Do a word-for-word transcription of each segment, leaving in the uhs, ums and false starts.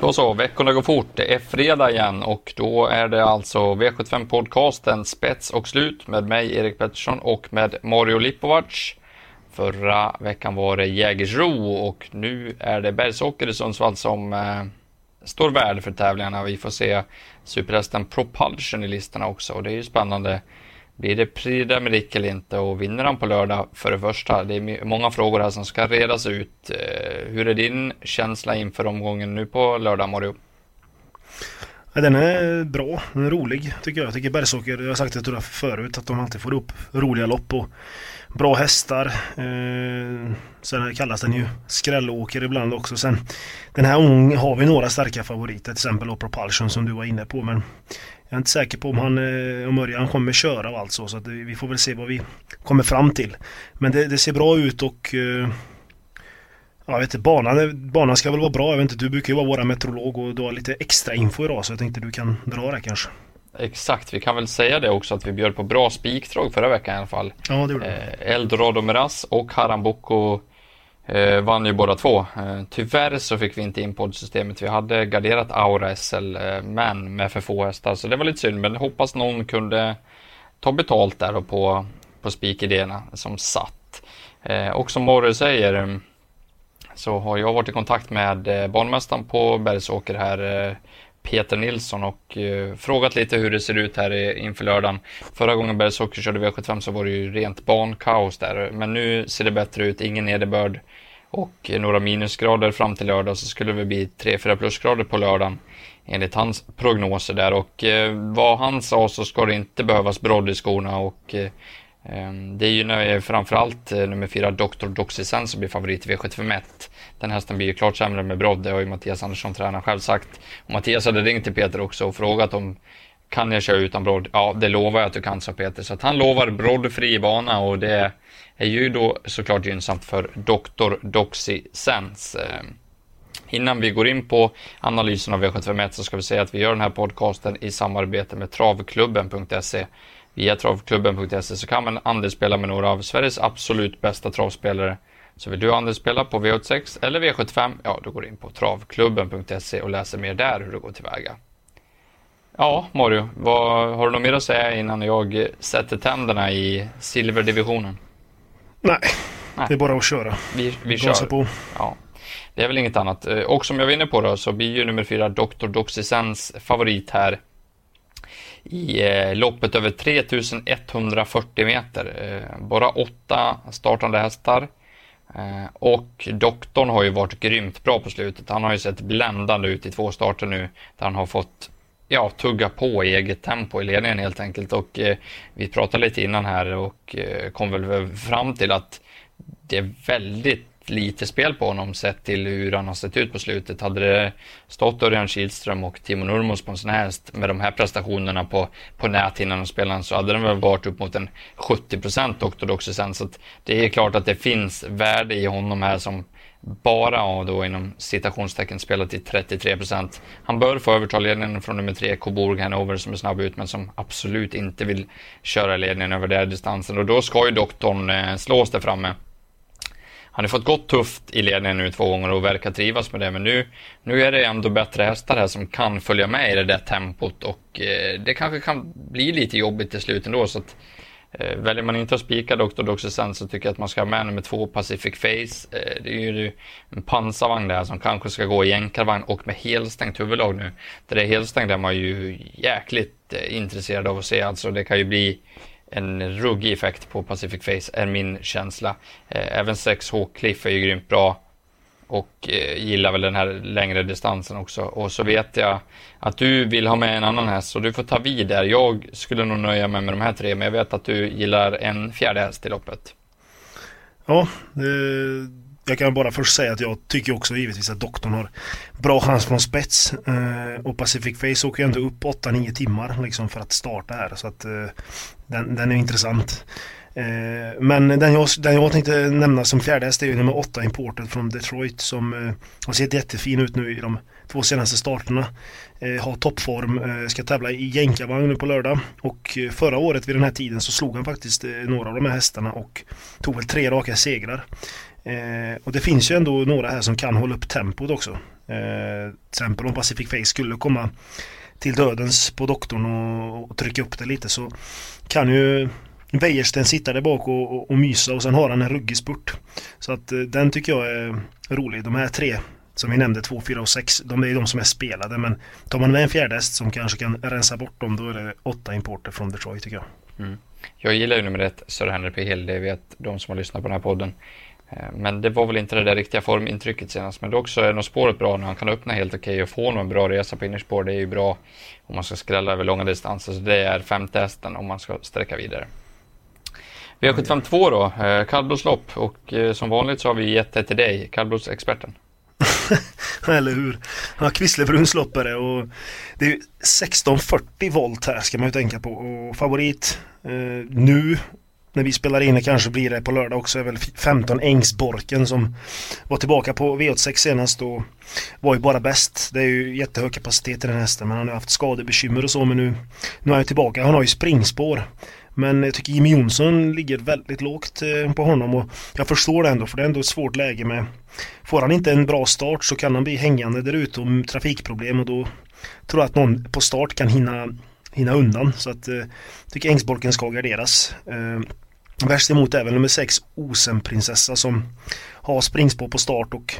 Då så, veckorna går fort. Det är fredag igen och då är det alltså V sjuttiofem-podcasten Spets och slut med mig Erik Pettersson och med Mario Lipovac. Förra veckan var det Jägersro och nu är det Bergsåker i Sundsvall som eh, står värd för tävlingarna. Vi får se superhästen Propulsion i listorna också och det är ju spännande. Blir det Prix d'Amérique eller inte och vinner han på lördag för det första? Det är många frågor här som ska redas ut. Hur är din känsla inför omgången nu på lördag, Mario? Ja, den är bra, den är rolig tycker jag. Jag tycker Bergsåker, jag har sagt det tror jag förut, att de alltid får upp roliga lopp och bra hästar. Eh, sen kallas den ju skrällåker ibland också. Sen den här omgången har vi några starka favoriter, till exempel Propulsion som du var inne på, men jag är inte säker på om han om Örjan kommer köra och allt så, så att vi får väl se vad vi kommer fram till. Men det, det ser bra ut och ja, jag vet inte, banan, banan ska väl vara bra. Jag vet inte, du brukar ju vara våra meteorolog och du har lite extra info idag, så jag tänkte du kan dra det kanske. Exakt, vi kan väl säga det också att vi bjöd på bra spikdrag förra veckan i alla fall. Ja, det gjorde eh, Eldorado Meras och Haram Boko eh, vann ju båda två. Eh, tyvärr så fick vi inte in poddsystemet. Vi hade garderat Aura S L eh, men med för få hästar, så det var lite synd, men hoppas någon kunde ta betalt där på, på spikidéerna som satt. Eh, och som Morre säger så har jag varit i kontakt med eh, barnmästaren på Bergsåker här, eh, Peter Nilsson, och eh, frågat lite hur det ser ut här i, inför lördagen. Förra gången Bergsåker körde V sjuttiofem så var det ju rent bankaos där, men nu ser det bättre ut, ingen nederbörd och några minusgrader fram till lördag, så skulle det bli tre fyra plusgrader på lördagen enligt hans prognoser där, och eh, vad han sa så ska det inte behövas brodd i skorna, och eh, det är ju nu framförallt nummer fyra doktor Doxysen som blir favorit i V sjuttiofem ett. Den hästen blir ju klart sämre med brodd, det har ju Mattias Andersson tränaren själv sagt. Och Mattias hade ringt till Peter också och frågat om kan jag köra utan brodd? Ja, det lovar jag att du kan, sa Peter. Så att han lovar broddfri bana, och det är ju då såklart gynnsamt för doktor Doxysens. Innan vi går in på analysen av V sjuttiofem ett så ska vi säga att vi gör den här podcasten i samarbete med travklubben punkt se. Via travklubben punkt se så kan man andelsspela med några av Sveriges absolut bästa travspelare. Så vill du andelsspela på V åttiosex eller V sjuttiofem, ja då går du in på travklubben punkt se och läser mer där hur det går tillväga. Ja, Mario, vad har du något mer att säga innan jag sätter tänderna i silverdivisionen? Nej, Nej. Det är bara att köra. Vi, vi kör. På. Ja, det är väl inget annat. Och som jag vinner på då så blir ju nummer fyra doktor Doxysens favorit här i eh, loppet över tre tusen etthundrafyrtio meter. Eh, bara åtta startande hästar. Eh, och doktorn har ju varit grymt bra på slutet. Han har ju sett bländande ut i två starter nu, där han har fått ja, tugga på i eget tempo i ledningen helt enkelt. Och eh, vi pratade lite innan här och eh, kom väl fram till att det är väldigt lite spel på honom sett till hur han har sett ut på slutet. Hade det stått Örjan Kihlström och Timo Nurmos på en sån här häst med de här prestationerna på, på näthinnan och spelaren, så hade den väl varit upp mot en sjuttio procent doktor Doxysen. Så att det är klart att det finns värde i honom här som bara och då inom citationstecken spelat till trettiotre procent. Han bör få överta ledningen från nummer tre Coburg Hanover som är snabb ut men som absolut inte vill köra ledningen över den distansen, och då ska ju doktorn eh, slås där framme. Han har fått gått tufft i ledningen nu två gånger och verkar trivas med det, men nu, nu är det ändå bättre hästar här som kan följa med i det där tempot, och eh, det kanske kan bli lite jobbigt till slut ändå, så att eh, väljer man inte att spika doktor Doxysen så tycker jag att man ska ha med nummer två Pacific Face. Eh, det är ju en pansarvagn där som kanske ska gå i jänkarvagn och med helstängt huvudlag nu. Det är helstängt är man ju jäkligt eh, intresserad av att se, alltså det kan ju bli en ruggig effekt på Pacific Face är min känsla. Även sex H Cliff är ju grymt bra och gillar väl den här längre distansen också. Och så vet jag att du vill ha med en annan häst, så du får ta vid där. Jag skulle nog nöja mig med de här tre, men jag vet att du gillar en fjärde häst i loppet. Ja, det... Jag kan bara först säga att jag tycker också givetvis att doktorn har bra chans från spets. Eh, och Pacific Face åker ändå upp åtta nio timmar liksom för att starta här. Så att eh, den, den är intressant. Eh, men den jag, den jag tänkte nämna som fjärde häst är ju nummer åtta Imported från Detroit som eh, har sett jättefin ut nu i de två senaste starterna. Eh, har toppform, eh, ska tävla i jänkarvagn nu på lördag. Och eh, förra året vid den här tiden så slog han faktiskt eh, några av de här hästarna och tog väl tre raka segrar. Eh, och det finns ju ändå några här som kan hålla upp tempot också. Eh, till exempel om Pacific Face skulle komma till dödens på doktorn och, och trycka upp det lite, så kan ju Wäjersten sitta där bak och, och, och mysa, och sen har han en ruggig spurt. Så att eh, den tycker jag är rolig. De här tre som vi nämnde, två, fyra och sex, de är ju de som är spelade, men tar man med en fjärde häst som kanske kan rensa bort dem, då är det åtta importer från Detroit tycker jag. Mm. Jag gillar ju nummer ett, Sir Henry P. Hill, det vet de som har lyssnat på den här podden. Men det var väl inte det där riktiga formintrycket senast. Men det också är nog spåret bra när han kan öppna helt okej och få en bra resa på innerspår. Det är ju bra om man ska skrälla över långa distanser. Så det är femte hästen om man ska sträcka vidare. V sjuttiofem-två då, kallblodslopp. Och som vanligt så har vi gett det till dig, kallblodsexperten. Eller hur? Ja, Kvisslebruns lopp är det, och det är sexton fyrtio volt här ska man ju tänka på. Och favorit eh, nu när vi spelar in, kanske blir det på lördag också, är väl femton Ängsborken som var tillbaka på V åttiosex senast och var ju bara bäst. Det är ju jättehög kapacitet i den hästen, men han har haft skadebekymmer och så, men nu, nu är han tillbaka. Han har ju springspår, men jag tycker Jimmy Jonsson ligger väldigt lågt på honom, och jag förstår det ändå, för det är ändå ett svårt läge med. Får han inte en bra start så kan han bli hängande där ute om trafikproblem, och då tror jag att någon på start kan hinna hinna undan, så att jag tycker Ängsborken ska garderas. Värst emot även nummer sex Osenprinsessa som har springspår på start och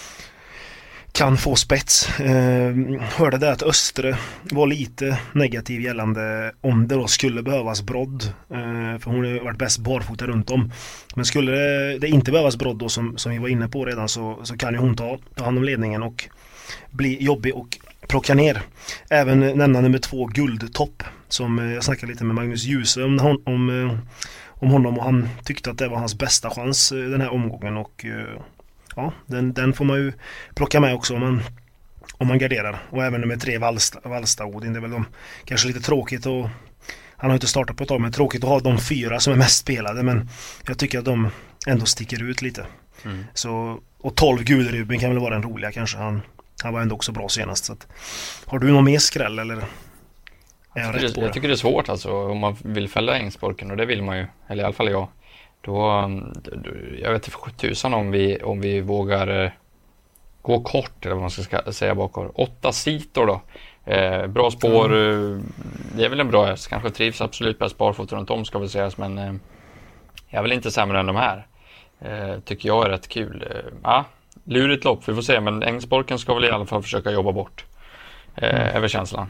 kan få spets. Eh, hörde där att Östre var lite negativ gällande om det då skulle behövas brodd. Eh, för hon har varit bäst barfota runt om. Men skulle det inte behövas brodd då, som, som vi var inne på redan, så, så kan ju hon ta, ta hand om ledningen och bli jobbig och plocka ner. Även nämna nummer två Guldtopp, som jag snackade lite med Magnus Djuse om, om, om, om honom, och han tyckte att det var hans bästa chans den här omgången, och ja, den, den får man ju plocka med också om man, om man garderar. Och även nummer tre Valsta, Valsta Odin, det är väl de, kanske lite tråkigt, och han har inte startat på ett tag, men tråkigt att ha de fyra som är mest spelade, men jag tycker att de ändå sticker ut lite. Mm. Så, och tolv Gulruben kan väl vara den roliga kanske, han, han var ändå också bra senast. Så att, har du någon mer skräll eller? Är jag, jag, tycker det, jag tycker det är svårt alltså, om man vill fälla Ängsborken, och det vill man ju, eller i alla fall jag. Då, jag vet inte för tusan om vi, om vi vågar eh, gå kort, eller vad man ska säga bakom. Åtta sitor då. Eh, bra spår, mm. eh, det är väl en bra häst. Kanske trivs absolut bäst barfota runt om, ska väl sägas, men eh, jag är väl inte sämre än de här. Eh, tycker jag är rätt kul. Eh, ah, lurigt lopp, vi får se, men Ängsborken ska väl i alla fall försöka jobba bort. Eh, mm. Över känslan.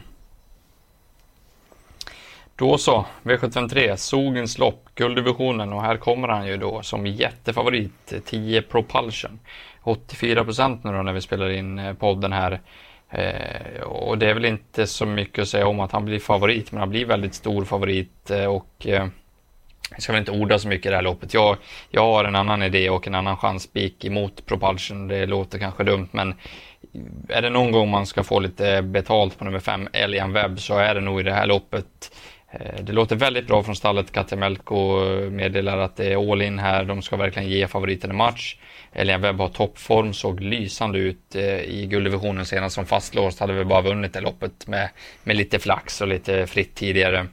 Då så, V sjuttiofem-tre, Sogens lopp, gulddivisionen, och här kommer han ju då som jättefavorit, tio Propulsion. åttiofyra procent nu då när vi spelar in podden här. Eh, och det är väl inte så mycket att säga om att han blir favorit, men han blir väldigt stor favorit, och eh, jag ska väl inte orda så mycket i det här loppet. Jag, jag har en annan idé och en annan chanspik emot Propulsion, det låter kanske dumt, men är det någon gång man ska få lite betalt på nummer fem Elian Webb, så är det nog i det här loppet. Det låter väldigt bra från stallet. Katja Melko meddelar att det är all in här. De ska verkligen ge favoriten en match. Elian Webb har toppform, såg lysande ut i gulddivisionen senast som fastlåst. Hade vi bara vunnit det loppet med, med lite flax och lite fritt tidigare.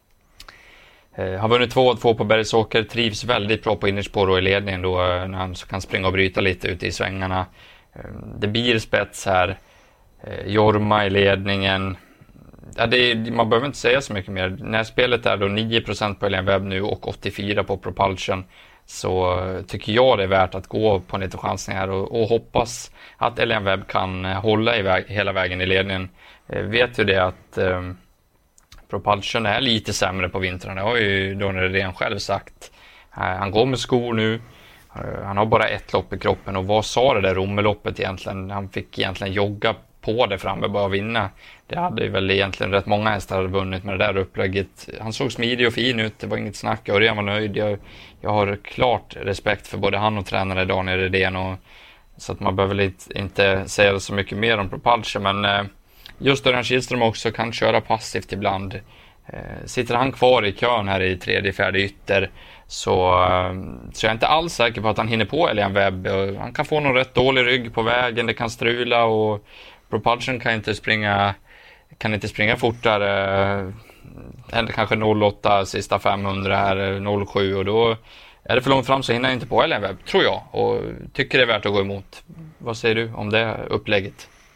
Eh, har vunnit två och två på Bergsåker. Trivs väldigt bra på innerspår och i ledningen då, när han kan springa och bryta lite ute i svängarna. Eh, det blir spets här. Eh, Jorma i ledningen. Ja, det är, man behöver inte säga så mycket mer. När spelet är då nio procent på Elian Webb nu och åttiofyra på Propulsion, så tycker jag det är värt att gå på en liten chansning här och, och hoppas att Elian Webb kan hålla iväg, hela vägen i ledningen. Eh, vet ju det att eh, Propulsion är lite sämre på vintern. Det har ju Donny Redén själv sagt. Eh, han går med skor nu. Eh, han har bara ett lopp i kroppen, och vad sa det där Rommeloppet egentligen? Han fick egentligen jogga på det framme, bara vinna. Det hade ju väl egentligen rätt många hästar hade vunnit med det där upplägget. Han såg smidig och fin ut, det var inget snack. Örjan var nöjd. Jag, jag har klart respekt för både han och tränare Daniel Redén, och så att man behöver inte, inte säga så mycket mer om Propulsion, men eh, just Örjan Kihlström också kan köra passivt ibland. Eh, sitter han kvar i kön här i tredje, fjärde ytter, så, eh, så jag är inte alls säker på att han hinner på Elian Webb. Han kan få någon rätt dålig rygg på vägen, det kan strula, och Propulsion kan inte springa kan inte springa fortare än kanske noll åtta sista femhundra här, noll sju, och då är det för långt fram så hinner jag inte på Elian Webb, tror jag, och tycker det är värt att gå emot. Vad säger du om det upplägget?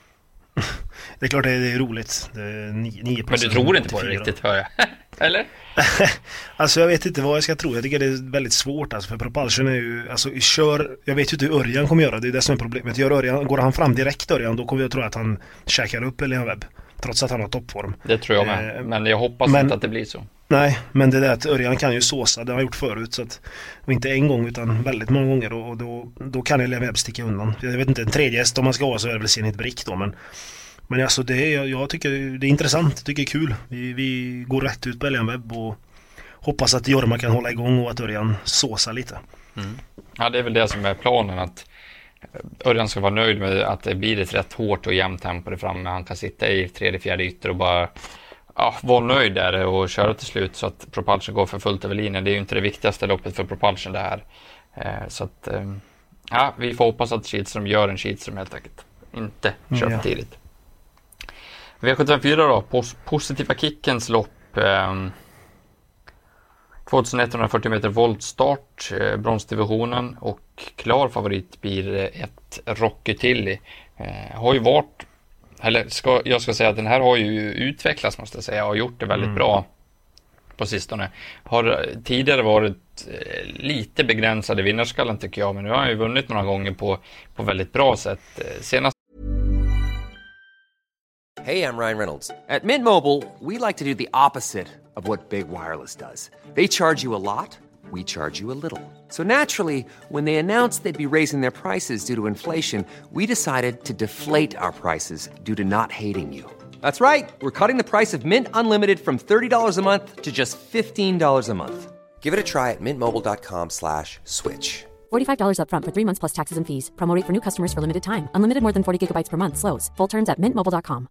det är klart det är, det är roligt. Det är nio Men du tror inte på det riktigt, hör jag. Eller? Alltså jag vet inte vad jag ska tro. Jag tycker det är väldigt svårt alltså, för Propulsion är ju, alltså kör, jag vet ju inte hur Örjan kommer göra, det är det som är problemet. Gör Örjan, går han fram direkt Örjan, då kommer jag tro att han käkar upp Elian Webb, trots att han har toppform. Det tror jag med, eh, men jag hoppas men, inte att det blir så. Nej, men det där att Örjan kan ju såsa, det har han gjort förut, så att, och inte en gång utan väldigt många gånger, och, och då, då kan Elian Webb sticka undan. Jag vet inte, en tredje häst om man ska ha så är det väl Zenit Brick då, men Men alltså det är, jag tycker det är intressant, jag tycker det är kul. Vi, vi går rätt ut på Elian Webb och hoppas att Jorma kan hålla igång och att Örjan såsar lite. Mm. Ja, det är väl det som är planen, att Örjan ska vara nöjd med att det blir ett rätt hårt och jämnt tempo där framme. Han kan sitta i tredje, fjärde ytter och bara ja, vara nöjd där och köra till slut så att Propulsion går för fullt över linjen. Det är ju inte det viktigaste loppet för Propulsion det här. Så att ja, vi får hoppas att Kihlström gör en Kihlström helt enkelt. Inte kör för Ja. tidigt. V sjuttiofyra då, pos- positiva kickens lopp. Eh, tjugoetthundrafyrtio meter voltstart, eh, bronsdivisionen, och klar favorit blir ett Rocky Tilly. Eh, har ju varit, eller ska, jag ska säga att den här har ju utvecklats måste jag säga, och gjort det väldigt Mm. bra på sistone. Har tidigare varit eh, lite begränsade vinnarskallen tycker jag, men nu har han ju vunnit några gånger på, på väldigt bra sätt. Eh, senast Hey, I'm Ryan Reynolds. At Mint Mobile, we like to do the opposite of what Big Wireless does. They charge you a lot, we charge you a little. So naturally, when they announced they'd be raising their prices due to inflation, we decided to deflate our prices due to not hating you. That's right. We're cutting the price of Mint Unlimited from thirty dollars a month to just fifteen dollars a month. Give it a try at mintmobile.com slash switch. forty-five dollars up front for three months plus taxes and fees. Promo rate for new customers for limited time. Unlimited more than forty gigabytes per month slows. Full terms at mint mobile dot com.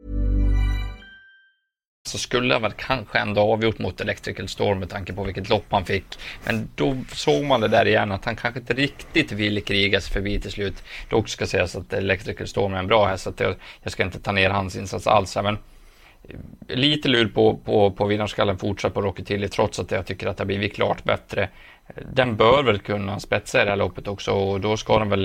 så skulle jag väl kanske ändå avgjort mot Electrical Storm med tanke på vilket lopp han fick. Men då såg man det där igen att han kanske inte riktigt vill kriga sig förbi till slut. Dock ska sägas att Electrical Storm är en bra häst, så att jag, jag ska inte ta ner hans insats alls. Men lite lur på, på, på vinnarskallen fortsatt på Rocky Tilly, trots att jag tycker att det har blivit klart bättre. Den bör väl kunna spetsa i det här loppet också, och då ska den väl,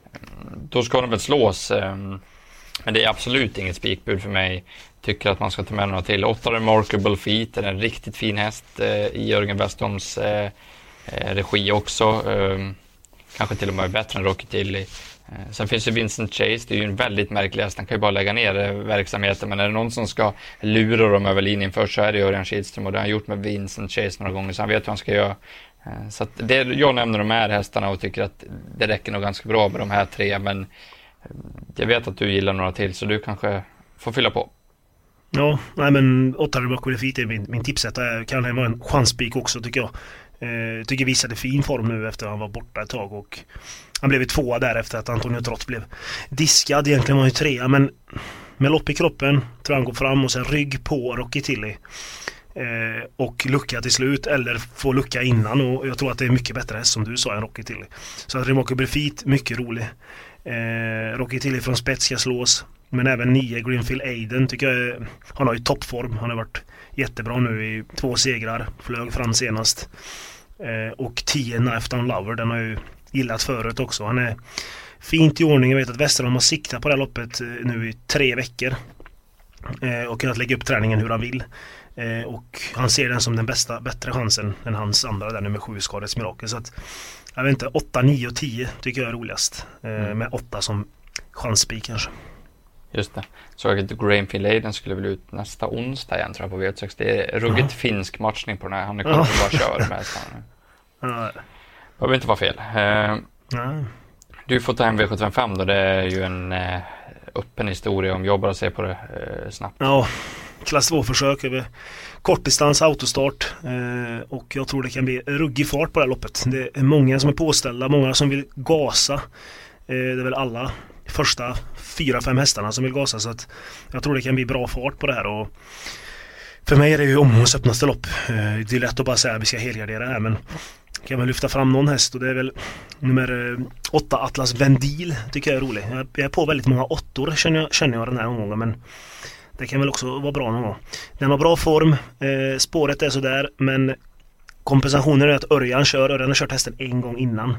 då ska den väl slås. Men det är absolut inget spikbud för mig. Tycker att man ska ta med några till. åtta Remarkable Feet är en riktigt fin häst eh, i Jörgen Westholms eh, regi också. Eh, kanske till och med bättre än Rocky Tilly. Eh, sen finns ju Vincent Chase. Det är ju en väldigt märklig häst. Han kan ju bara lägga ner eh, verksamheten. Men är det någon som ska lura dem över linjen först, så är det Örjan Kihlström. Och det har han gjort med Vincent Chase några gånger. Så han vet hur han ska göra. Eh, så att det, jag nämner de här hästarna och tycker att det räcker nog ganska bra med de här tre. Men eh, jag vet att du gillar några till, så du kanske får fylla på. Ja, nej men åtta Remarkable Feet är min, min tipsetta. Kan det vara en chanspik också tycker jag. Eh, tycker visade fin form nu efter att han var borta ett tag, och han blev tvåa där efter att Antonio Trott blev diskad. Egentligen var han ju trea, men med lopp i kroppen tror han går fram och sen rygg på Rocky Tilly eh, och lucka till slut, eller få lucka innan, och jag tror att det är mycket bättre häst som du sa än Rocky Tilly. Så att Remarkable Feet, mycket rolig. eh, Rocky Tilly från spets ska slås. Men även nio Greenfield Aiden tycker jag är, han har ju toppform. Han har varit jättebra nu i två segrar. Flög fram senast. Eh, och tio Knife Down Lover, den har ju gillat förut också. Han är fint i ordning. Jag vet att Westerholm har siktat på det här loppet eh, nu i tre veckor. Eh, och kunnat lägga upp träningen hur han vill. Eh, och han ser den som den bästa, bättre chansen än hans andra där, nummer sju Skadets Mirakel. Så att, jag vet inte, åtta, nio och tio tycker jag är roligast. Eh, mm. Med åtta som chansspik kanske. Just det. Så jag att Greenfield Aiden skulle väl ut nästa onsdag igen tror jag på V sex. Det är ruggigt ja. finsk matchning på den här. Han är kvar att bara köra med hästarna. Ja. Det behöver inte vara fel. Eh, ja. Du får ta hem V sjuttiofem då. Det är ju en eh, öppen historia om jag bara ser på det eh, snabbt. Ja, klass två-försök över kortdistans autostart. Eh, och jag tror det kan bli ruggig fart på det här loppet. Det är många som är påställda, många som vill gasa. Eh, det är väl alla första fyra, fem hästarna som vill gasa, så att jag tror det kan bli bra fart på det här. Och för mig är det ju omgångens öppnaste lopp. Det är lätt att bara säga att vi ska helgardera här, men kan man lyfta fram någon häst, och det är väl nummer åtta Atlas Vendil, tycker jag är rolig. Jag är på väldigt många åttor känner jag, känner jag den här omgången, men det kan väl också vara bra någon gång. Den har bra form, eh, spåret är sådär, men kompensationen är att Örjan kör. Örjan har kört hästen en gång innan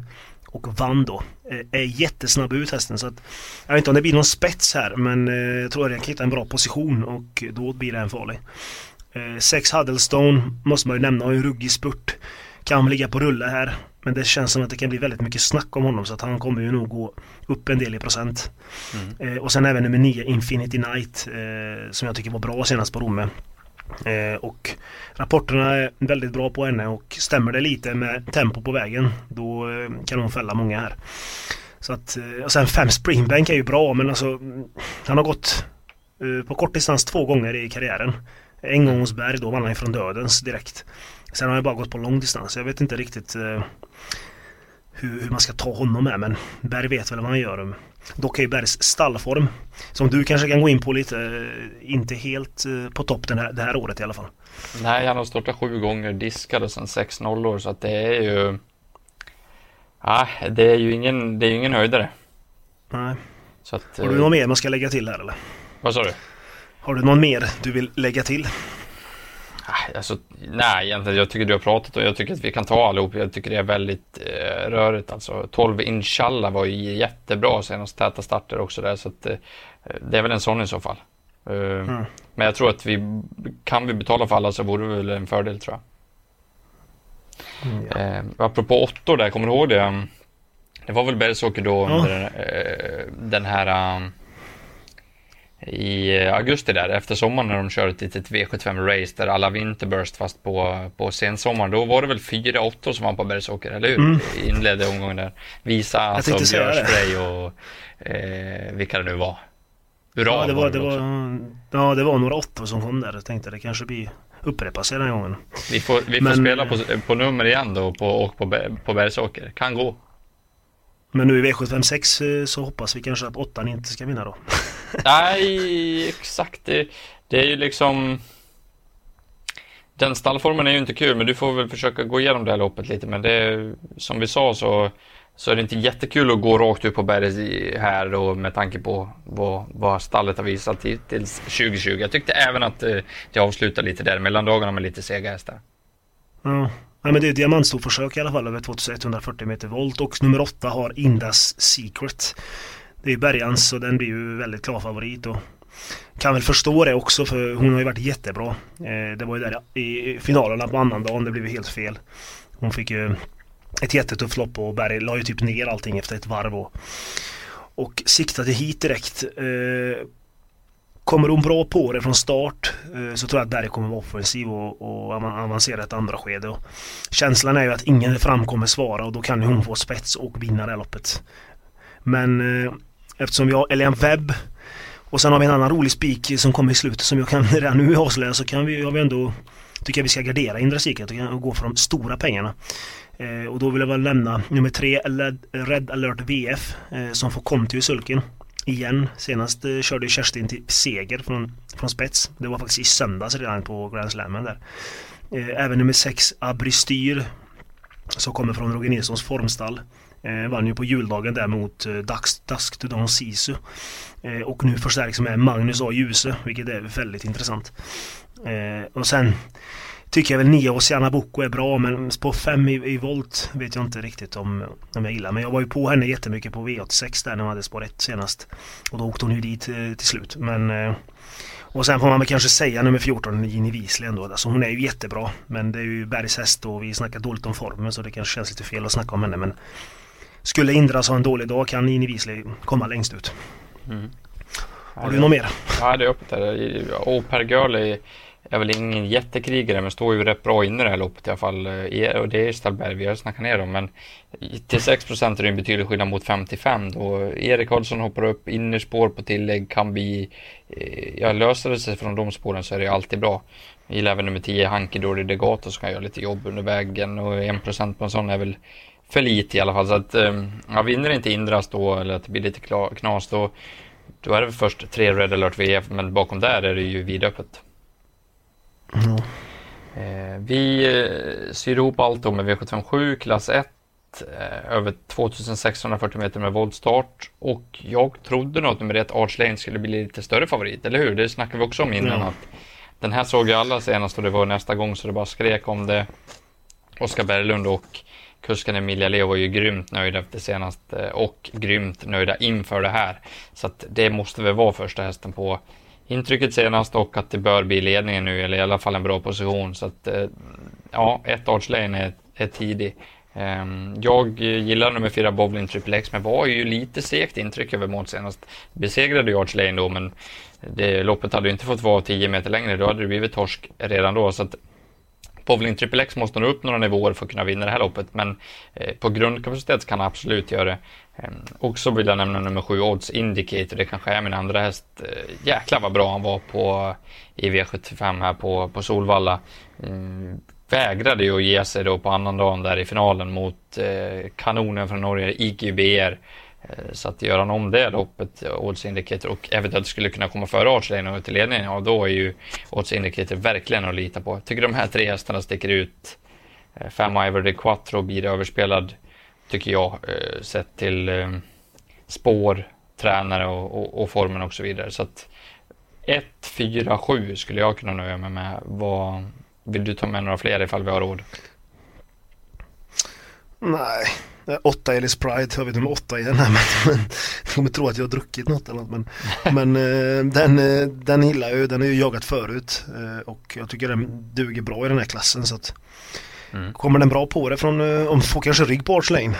och vann då. Är jättesnabb ut hästen, så att jag vet inte om det blir någon spets här, men jag tror att jag kan hitta en bra position och då blir det en farlig. Sex Huddlestone måste man ju nämna, har en ruggig spurt, kan ligga på rulle här, men det känns som att det kan bli väldigt mycket snack om honom, så att han kommer ju nog gå upp en del i procent. Mm. Och sen även nummer nio Infinity Night som jag tycker var bra senast på Romme. Eh, och rapporterna är väldigt bra på henne, och stämmer det lite med tempo på vägen, då eh, kan hon fälla många här. Så att, eh, och sen fem Springbank är ju bra, men alltså han har gått eh, på kort distans två gånger i karriären. En gång hos Berg, då vann han från dödens direkt. Sen har han bara gått på lång distans. Jag vet inte riktigt eh, hur, hur man ska ta honom med, men Berg vet väl vad han gör. Dock är ju Bergs stallform, som du kanske kan gå in på lite, inte helt på topp den här, det här året i alla fall. Nej, han har startat sju gånger, diskad och sen sex nollor, så att det är ju ja, det är ju ingen, det är ingen höjdare. Nej. Så att, har du något mer man ska lägga till här eller? Vad sa du? Har du någon mer du vill lägga till? Alltså, nej, egentligen, jag tycker du har pratat och jag tycker att vi kan ta allihop. Jag tycker det är väldigt eh, rörigt. Alltså, tolv Inshallah var ju jättebra senast, täta starter också där, så att, eh, det är väl en sån i så fall. Uh, mm. Men jag tror att vi kan vi betala för alla så vore det väl en fördel, tror jag. Mm, ja. eh, apropå åttor där, kommer du ihåg det? Det var väl Bergsåker då ja. under eh, den här um, i augusti där, efter sommaren när de körde ett litet V sjuttiofem-race där alla vinterburst fast på, på sensommaren. Då var det väl fyra åttor som var på Bergsåker, eller hur? Mm. Inledde omgången där. Visa, alltså Björspray och eh, vilka det nu var. Uran ja, det var, var det, det var, ja, det var några åttor som kom där. Jag tänkte det kanske blir upprepas den här gången. Vi får, vi får Men, spela på, på nummer igen då på, och på, på Bergsåker. Kan gå. Men nu i V sjuttiofem sex så hoppas vi kanske att åttan inte ska vinna då. Nej, exakt. Det, det är ju liksom... Den stallformen är ju inte kul, men du får väl försöka gå igenom det här loppet lite. Men det, som vi sa så, så är det inte jättekul att gå rakt ut på berget här då, med tanke på vad, vad stallet har visat tills tjugo tjugo. Jag tyckte även att det avslutade lite där mellan dagarna med lite sega hästar. Ja. Ja, men det är ett diamantstorförsök i alla fall över tjugoett fyrtio meter volt, och nummer åtta har Indas Secret. Det är Bergans, så den blir ju väldigt klar favorit, och kan väl förstå det också, för hon har ju varit jättebra. Eh, det var ju där i finalerna på annan dagen, det blev ju helt fel. Hon fick ju ett jättetufft lopp och Berg la ju typ ner allting efter ett varv och, och siktade hit direkt. Eh, Kommer hon bra på det från start så tror jag att Berg kommer vara offensiv och, och avancera ett andra skede. Och känslan är ju att ingen fram kommer svara, och då kan hon få spets och vinna det här loppet. Men eh, eftersom vi har Elian Webb och sen har vi en annan rolig spik som kommer i slutet som jag kan redan nu avslöja, så kan vi, har vi ändå, tycker jag vi ska gardera Indra Secret och gå för de stora pengarna. Eh, och då vill jag väl nämna nummer tre Red Alert V F eh, som får kom till sulken. Igen, senast eh, körde Kerstin till seger från, från spets. Det var faktiskt i söndags redan på Grand Slammen där. Eh, även nummer sex Abristyr som kommer från Roger Nilssons formstall. Eh, vann ju på juldagen där mot eh, Dusk, Dusk to Dawn Sisu. Eh, och nu förstärks med Magnus A. Ljuse, vilket är väldigt intressant. Eh, och sen tycker jag väl nio Oceana Boko är bra, men på fem i, i volt vet jag inte riktigt om, om jag gillar. Men jag var ju på henne jättemycket på V åttiosex där när hon hade spår ett senast. Och då åkte hon ju dit eh, till slut. Men, eh, och sen får man väl kanske säga nummer fjorton Ginny Wiesli ändå. Alltså hon är ju jättebra, men det är ju Bergs häst och vi snackar dåligt om formen, så det kanske känns lite fel att snacka om henne. Men skulle Indras ha en dålig dag kan Ginny Wiesli komma längst ut. Mm. Har ja, du något mer? Ja, det är öppet där. Och Per Görley är väl ingen jättekrigare, men står ju rätt bra inne i det här loppet i alla fall. Och det är Stallberg vi har snackat ner om, men till sex procent är det en betydlig skillnad mot femtiofem då. Erik Karlsson hoppar upp, innerspår på tillägg kan bli, jag löser det sig från de spåren så är det alltid bra. Jag gillar även nummer tio Hanky Dory Degato som kan göra lite jobb under vägen, och en procent på en sån är väl för lite i alla fall. Så att jag vinner inte Indras då, eller att det blir lite knas då, då är det först tre Red Alert V F, men bakom där är det ju vidöppet. Mm. Eh, vi eh, syr ihop allt då med V sjuttiofem klass ett eh, över tjugosexhundrafyrtio meter med voltstart, och jag trodde nog att nummer ett Arch Lane skulle bli lite större favorit, eller hur? Det snackade vi också om innan. Mm. Att den här såg ju alla senast och det var nästa gång, så det bara skrek om det. Oskar Berglund och kusken Emilia Leo var ju grymt nöjd efter senast och grymt nöjda inför det här. Så att det måste väl vara första hästen på intrycket senast och att det bör bli ledningen nu, eller i alla fall en bra position. Så att ja, ett Arch Lane är, är tidig. Jag gillar nummer fyra Bowling Triple X, men var ju lite segt intryck över mål senast. Besegrade ju Arch Lane då, men det loppet hade ju inte fått vara tio meter längre, då hade det blivit torsk redan då. Så att Bowling Triple X måste nå upp några nivåer för att kunna vinna det här loppet, men eh, på grundkapacitet kan han absolut göra det. Eh, också vill jag nämna nummer sju Odds Indicator, det kanske är min andra häst. Eh, jäklar vad bra han var på i V sjuttiofem här på, på Solvalla. Eh, vägrade ju att ge sig då på annan dagen där i finalen mot eh, kanonen från Norge, I G B R. Så att göra om det loppet, Odds Indicator, och eventuellt skulle kunna komma före Arch Lane och till ledningen, ja, då är ju Odds Indicator verkligen att lita på. Jag tycker de här tre hästarna sticker ut. Fem Ivory de Quattro blir överspelad, tycker jag, sett till spår, tränare och, och, och formen och så vidare. Så att ett, fyra, sju skulle jag kunna nöja mig med. Vad, vill du ta med några fler ifall vi har råd? Nej. Åtta Ellis Pride, jag vet inte om åtta i den här, men, men jag kommer tro att jag har druckit något eller något, men, men den, den gillar ju, den är ju jagat förut och jag tycker den duger bra i den här klassen, så att mm. kommer den bra på det från, om får kanske rygg på Arch Lane,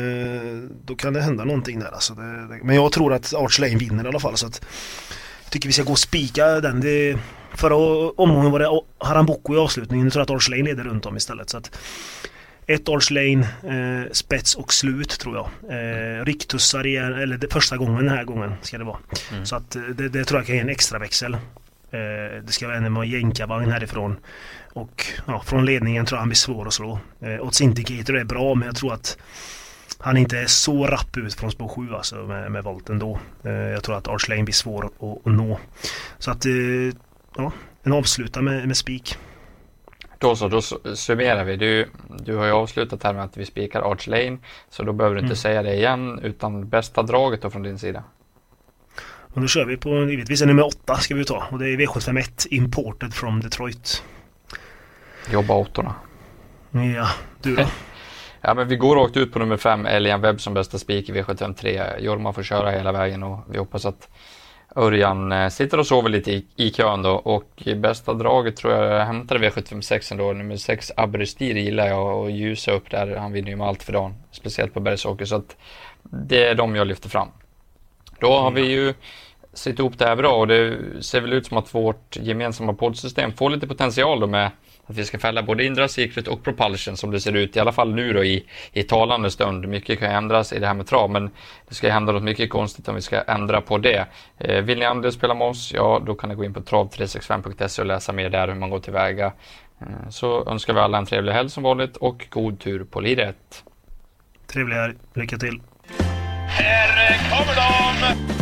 då kan det hända någonting där alltså. Det, det, men jag tror att Arch Lane vinner i alla fall, så att jag tycker vi ska gå och spika den. Det, förra omgången var det Harambuco i avslutningen, jag tror att Arch Lane leder runt om istället, så att ett Arch Lane, eh, spets och slut tror jag. Eh, Riktussar igen, eller det, första gången den här gången ska det vara. Mm. Så att det, det tror jag kan ge en extra växel. Eh, det ska vara en med jänkarvagn härifrån. Och ja, från ledningen tror jag han blir svår att slå. Eh, Odds Indicator är bra, men jag tror att han inte är så rapp ut från spår sju alltså, med, med volten då. Eh, jag tror att Arch Lane blir svår att, att, att nå. Så att eh, ja, en avsluta med, med spik. Då så, då summerar vi. Du, du har ju avslutat här med att vi spikar Arch Lane, så då behöver du inte mm. säga det igen, utan bästa draget då från din sida. Och då kör vi på, givetvis är nummer åtta ska vi ta, och det är V sjuttiofem Imported from Detroit. Jobba åttorna. Ja, du då? Ja, men vi går rakt ut på nummer fem, Elian Webb som bästa spik i V sjuttiofem tre. Jorma får köra hela vägen och vi hoppas att Örjan sitter och sover lite i, i kön då, och bästa draget tror jag hämtade V sjuttiofem sex då, nummer sex Abrystir gillar jag och ljusa upp där, han vinner ju med allt för dagen, speciellt på Bergsåker, så att det är de jag lyfter fram. Då har vi ju sitt ihop det här bra, och det ser väl ut som att vårt gemensamma poddsystem får lite potential då med att vi ska fälla både Indra Secret och Propulsion som det ser ut, i alla fall nu då i, i talande stund. Mycket kan ändras i det här med trav, men det ska hända något mycket konstigt om vi ska ändra på det. Eh, vill ni andra spela med oss? Ja, då kan ni gå in på trav tre sextiofem punkt se och läsa mer där hur man går tillväga. Eh, så önskar vi alla en trevlig helg som vanligt och god tur på liret. Trevlig helg, lycka till! Här kommer de!